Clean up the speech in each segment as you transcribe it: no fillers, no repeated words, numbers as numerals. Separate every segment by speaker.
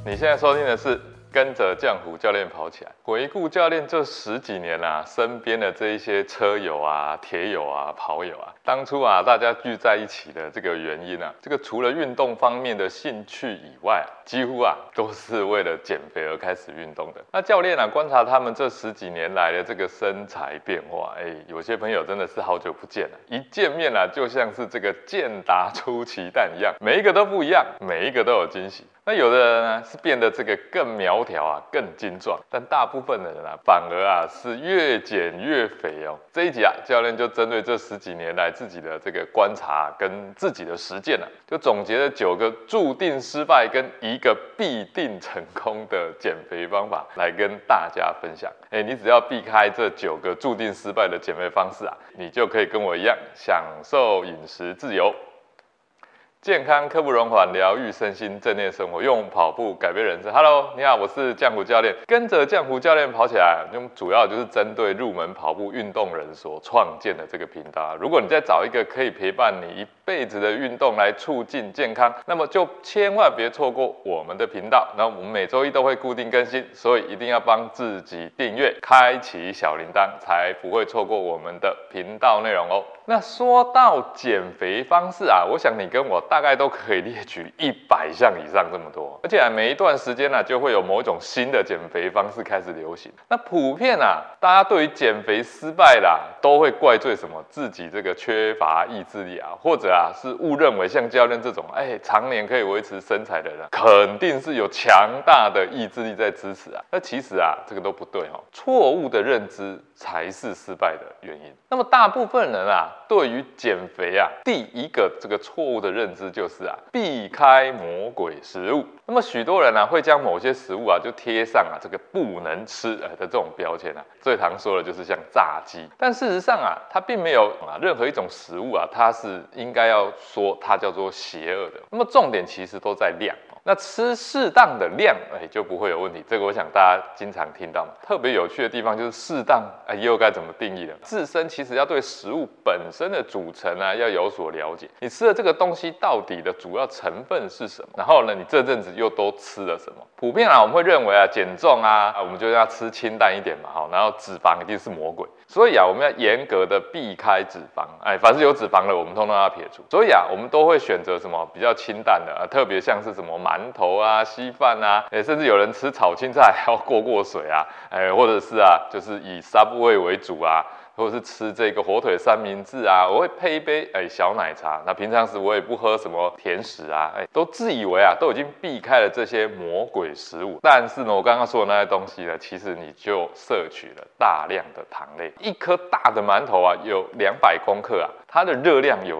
Speaker 1: 你现在收听的是跟着江湖教练跑起来，回顾教练这10几年身边的这一些车友啊、铁友啊、跑友啊，当初大家聚在一起的这个原因这个除了运动方面的兴趣以外，几乎都是为了减肥而开始运动的。那教练观察他们这10几年来的这个身材变化，有些朋友真的是好久不见了，一见面就像是这个健达出奇蛋一样，每一个都不一样，每一个都有惊喜。那有的人是变得这个更苗条更精壮，但大部分的人反而是越减越肥哦。这一集教练就针对这10几年来自己的这个观察跟自己的实践就总结了9个注定失败跟1个必定成功的减肥方法来跟大家分享。你只要避开这9个注定失败的减肥方式你就可以跟我一样享受饮食自由。健康刻不容缓，疗愈身心，正念生活，用跑步改变人生。Hello， 你好，我是江湖教练，跟着江湖教练跑起来，主要就是针对入门跑步运动人所创建的这个频道。如果你在找一个可以陪伴你一辈子的运动来促进健康，那么就千万别错过我们的频道。然后我们每周一都会固定更新，所以一定要帮自己订阅，开启小铃铛，才不会错过我们的频道内容哦。那说到减肥方式我想你跟我大概都可以列举100项以上这么多，而且每一段时间就会有某一种新的减肥方式开始流行。那普遍大家对于减肥失败都会怪罪什么自己这个缺乏意志力或者是误认为像教练这种常年可以维持身材的人肯定是有强大的意志力在支持那其实这个都不对错误的认知才是失败的原因。那么大部分人对于减肥第一个这个错误的认知就是避开魔鬼食物。那么许多人会将某些食物就贴上这个不能吃的这种标签最常说的就是像炸鸡，但事实上它并没有任何一种食物它是应该要说它叫做邪恶的。那么重点其实都在量。那吃适当的量就不会有问题，这个我想大家经常听到特别有趣的地方就是适当又该怎么定义呢？自身其实要对食物本身的组成要有所了解，你吃的这个东西到底的主要成分是什么，然后呢你这阵子又都吃了什么。普遍我们会认为减重我们就要吃清淡一点嘛，然后脂肪一定是魔鬼，所以我们要严格的避开脂肪，凡是有脂肪的我们通通要撇除。所以我们都会选择什么比较清淡的特别像是什么馒头稀饭甚至有人吃炒青菜还要过水或者是就是以 Subway 为主或者是吃这个火腿三明治我会配一杯小奶茶。那平常时我也不喝什么甜食都自以为都已经避开了这些魔鬼食物，但是呢我刚刚说的那些东西呢，其实你就摄取了大量的糖类。一颗大的馒头有200公克它的热量有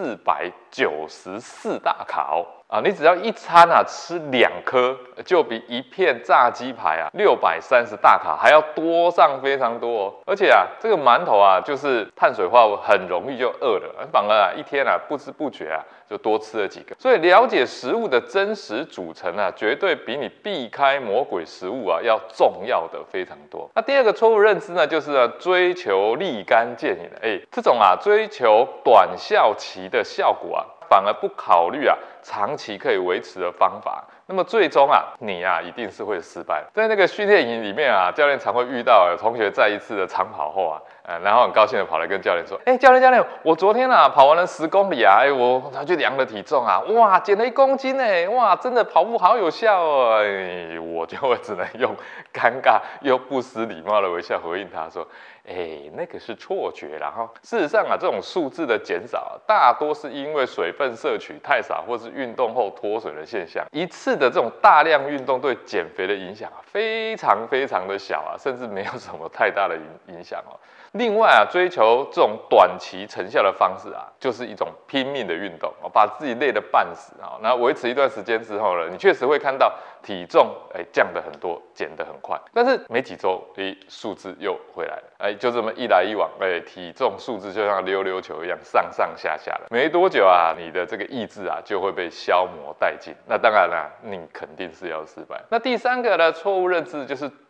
Speaker 1: 494大卡你只要一餐吃2颗，就比一片炸鸡排630大卡还要多上非常多而且这个馒头就是碳水化合物很容易就饿了，反而一天不知不觉就多吃了几个。所以了解食物的真实组成绝对比你避开魔鬼食物要重要的非常多。那第二个错误认知呢，就是追求立竿见影这种追求短效期的效果反而不考虑长期可以维持的方法，那么最终你一定是会失败。在那个训练营里面教练常会遇到有同学在一次的长跑后然后很高兴的跑来跟教练说教练，我昨天跑完了10公里我去量了体重哇减了1公斤哇真的跑步好有效我就会只能用尴尬又不失礼貌的微笑回应他说那个是错觉啦事实上这种数字的减少大多是因为水分摄取太少或是运动后脱水的现象。一次的这种大量运动对减肥的影响非常非常的小甚至没有什么太大的影响另外追求这种短期成效的方式就是一种拼命的运动把自己累得半死然后维持一段时间之后呢，你确实会看到体重降得很多，减得很快，但是没几周数字又回来了就这么一来一往体重数字就像溜溜球一样上上下下的，没多久你的这个意志就会被消磨殆尽。那当然你肯定是要失败。那第3个呢错误认知就是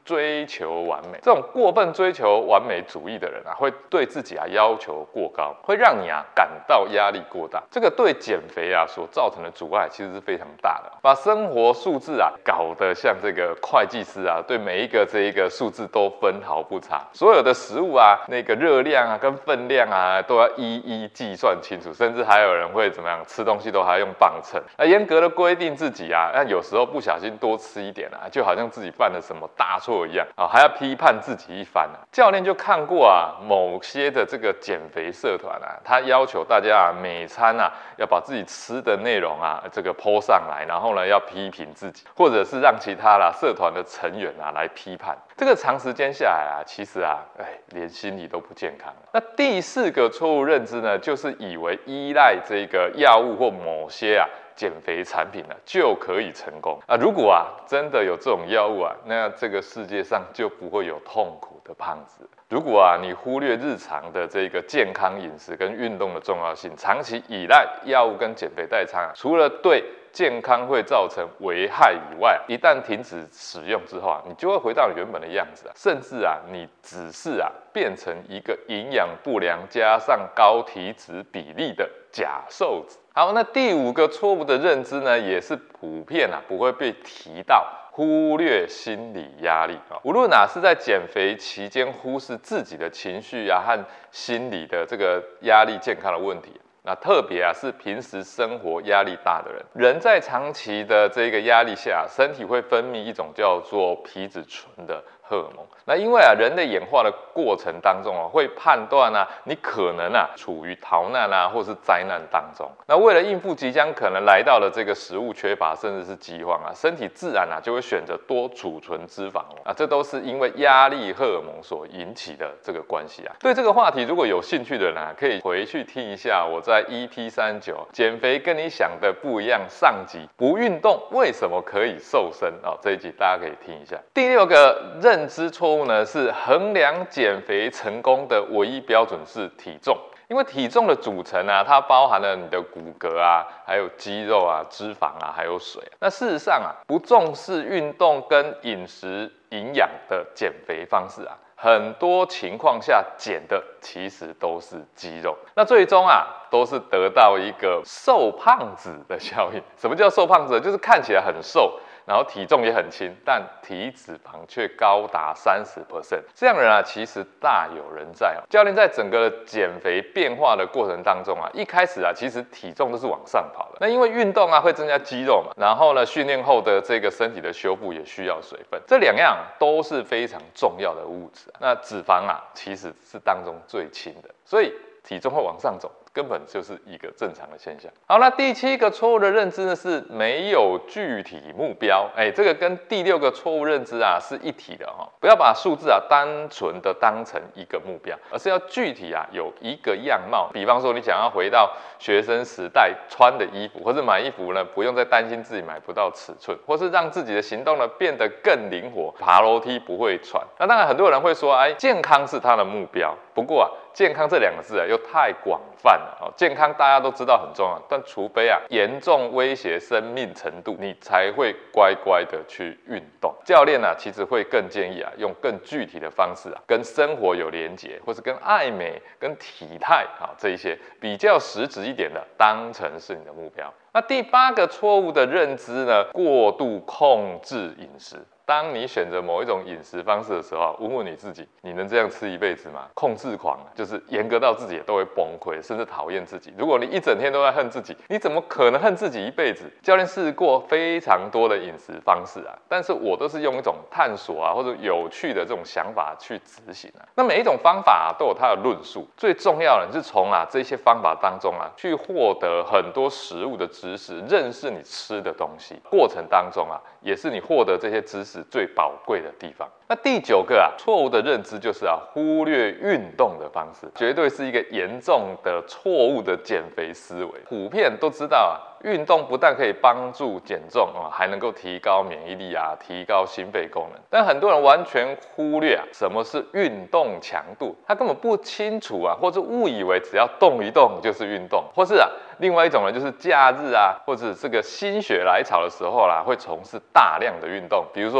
Speaker 1: 追求完美。这种过分追求完美主义的人啊，会对自己啊要求过高，会让你啊感到压力过大。这个对减肥啊所造成的阻碍其实是非常大的，把生活数字啊搞得像这个会计师啊，对每一个这一个数字都分毫不差，所有的食物啊，那个热量啊跟分量啊都要一一计算清楚，甚至还有人会怎么样吃东西都还要用磅秤，严格的规定自己啊，那有时候不小心多吃一点啊，就好像自己犯了什么大错一样啊，还要批判自己一番啊。教练就看过啊，某些的这个减肥社团啊，他要求大家啊每餐啊要把自己吃的内容啊这个 po 上来，然后呢要批评自己，或者是让其他社团的成员啊来批判。这个长时间下来啊，其实啊，连心理都不健康了。那第4个错误认知呢，就是以为依赖这个药物或某些减肥产品呢就可以成功啊。如果真的有这种药物啊，那这个世界上就不会有痛苦的胖子。如果你忽略日常的这个健康饮食跟运动的重要性，长期依赖药物跟减肥代餐除了对健康会造成危害以外，一旦停止使用之后你就会回到原本的样子甚至你只是变成一个营养不良加上高体脂比例的假瘦子。好，那第5个错误的认知呢，也是普遍不会被提到，忽略心理压力。无论是在减肥期间忽视自己的情绪和心理的这个压力健康的问题，那特别是平时生活压力大的人，人在长期的这个压力下，身体会分泌一种叫做皮质醇的荷尔蒙。那因为人类演化的过程当中会判断你可能处于逃难或是灾难当中。那为了应付即将可能来到的这个食物缺乏甚至是饥荒身体自然就会选择多储存脂肪这都是因为压力荷尔蒙所引起的这个关系对这个话题如果有兴趣的人可以回去听一下我在 EP39 减肥跟你想的不一样上集，不运动为什么可以瘦身这一集大家可以听一下。第6个认知错误呢，是衡量减肥成功的唯一标准是体重。因为体重的组成它包含了你的骨骼还有肌肉脂肪还有水。那事实上不重视运动跟饮食营养的减肥方式很多情况下减的其实都是肌肉。那最终都是得到一个瘦胖子的效应。什么叫瘦胖子？就是看起来很瘦，然后体重也很轻，但体脂肪却高达 30%。这样的人其实大有人在教练在整个减肥变化的过程当中一开始其实体重都是往上跑的。那因为运动会增加肌肉嘛，然后呢训练后的这个身体的修复也需要水分，这2样都是非常重要的物质。那脂肪其实是当中最轻的，所以体重会往上走，根本就是一个正常的现象。好，那第7个错误的认知呢，是没有具体目标。这个跟第6个错误认知是一体的不要把数字单纯的当成一个目标，而是要具体有一个样貌。比方说你想要回到学生时代穿的衣服，或是买衣服呢不用再担心自己买不到尺寸，或是让自己的行动呢变得更灵活，爬楼梯不会喘。那当然很多人会说健康是他的目标，不过健康这2个字又太广泛了健康大家都知道很重要，但除非严重威胁生命程度，你才会乖乖的去运动。教练其实会更建议用更具体的方式跟生活有连结，或是跟爱美跟体态这一些比较实质一点的当成是你的目标。那第8个错误的认知呢，过度控制饮食。当你选择某一种饮食方式的时候，问问你自己，你能这样吃一辈子吗？控制狂就是严格到自己也都会崩溃，甚至讨厌自己。如果你一整天都在恨自己，你怎么可能恨自己一辈子？教练试过非常多的饮食方式但是我都是用一种探索或者有趣的这种想法去执行那每一种方法都有它的论述，最重要的是从这些方法当中去获得很多食物的知识，认识你吃的东西。过程当中也是你获得这些知识最宝贵的地方。那第9个错误的认知就是忽略运动的方式，绝对是一个严重的错误的减肥思维。普遍都知道运动不但可以帮助减重还能够提高免疫力提高心肺功能。但很多人完全忽略什么是运动强度，他根本不清楚或者误以为只要动一动就是运动，或是另外一种人就是假日或者这个心血来潮的时候会从事大量的运动，比如说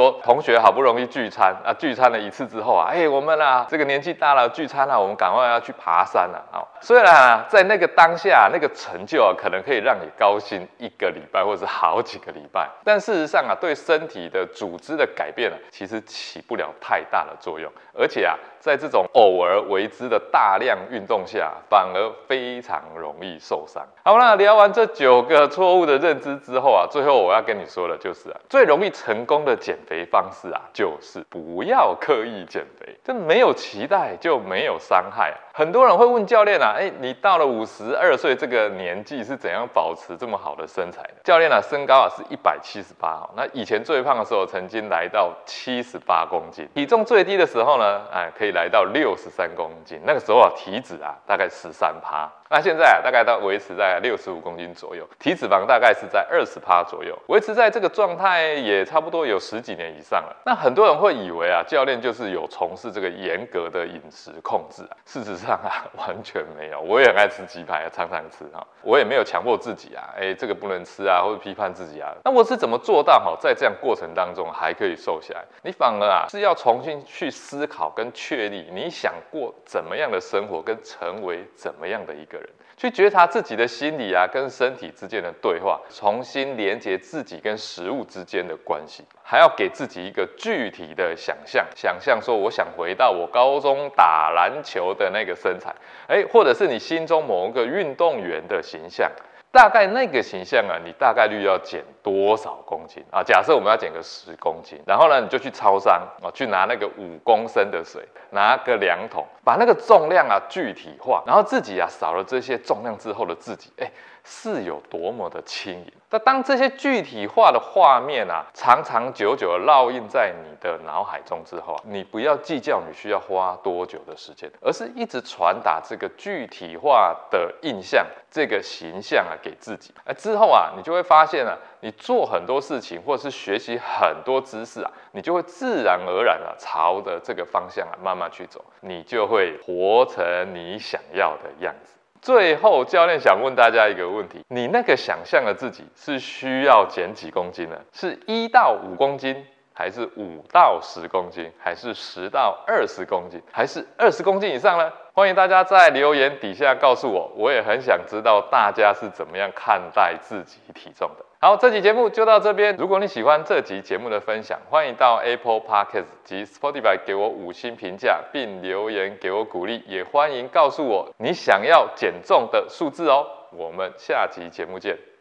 Speaker 1: 说同学好不容易聚餐啊，聚餐了一次之后啊，我们啊这个年纪大了聚餐了，我们赶快要去爬山了啊。虽然啊在那个当下那个成就啊，可能可以让你高兴1个礼拜或者是好几个礼拜，但事实上啊，对身体的组织的改变啊，其实起不了太大的作用，而且啊，在这种偶尔为之的大量运动下，反而非常容易受伤。好，那聊完这9个错误的认知之后啊，最后我要跟你说的就是啊，最容易成功的减肥方式啊，就是不要刻意减肥，这没有期待就没有伤害啊。很多人会问教练啊，你到了52岁这个年纪是怎样保持这么好的身材的？教练啊，身高啊是178，那以前最胖的时候曾经来到78公斤，体重最低的时候呢，可以来到63公斤，那个时候啊体脂啊大概13%，那现在啊大概到维持在65公斤左右，体脂肪大概是在20%左右，维持在这个状态也差不多有10几年以上了。那很多人会以为啊，教练就是有从事这个严格的饮食控制啊，事实上啊完全没有。我也很爱吃鸡排，常常吃啊，我也没有强迫自己啊，这个不能吃啊，或者批判自己啊。那我是怎么做到在这样过程当中还可以瘦下来？你反而啊是要重新去思考跟确立你想过怎么样的生活，跟成为怎么样的一个人。去觉察自己的心理啊跟身体之间的对话，重新连接自己跟食物之间的关系，还要给自己一个具体的想象说我想回到我高中打篮球的那个身材，或者是你心中某一个运动员的形象，大概那个形象啊，你大概率要减多少公斤啊？假设我们要减个10公斤，然后呢，你就去超商去拿那个5公升的水，拿个量筒，把那个重量啊具体化，然后自己啊少了这些重量之后的自己，是有多么的轻盈。那当这些具体化的画面啊，长长久久的烙印在你的脑海中之后，你不要计较你需要花多久的时间，而是一直传达这个具体化的印象，这个形象啊给自己。之后啊，你就会发现啊，你做很多事情或者是学习很多知识啊，你就会自然而然啊朝着这个方向啊慢慢去走，你就会活成你想要的样子。最后，教练想问大家一个问题：你那个想象的自己是需要减几公斤呢？是1到5公斤，还是5到10公斤，还是10到20公斤，还是20公斤以上呢？欢迎大家在留言底下告诉我，我也很想知道大家是怎么样看待自己体重的。好，这期节目就到这边。如果你喜欢这集节目的分享，欢迎到 Apple Podcast 及 Spotify 给我5星评价，并留言给我鼓励。也欢迎告诉我你想要减重的数字哦。我们下集节目见。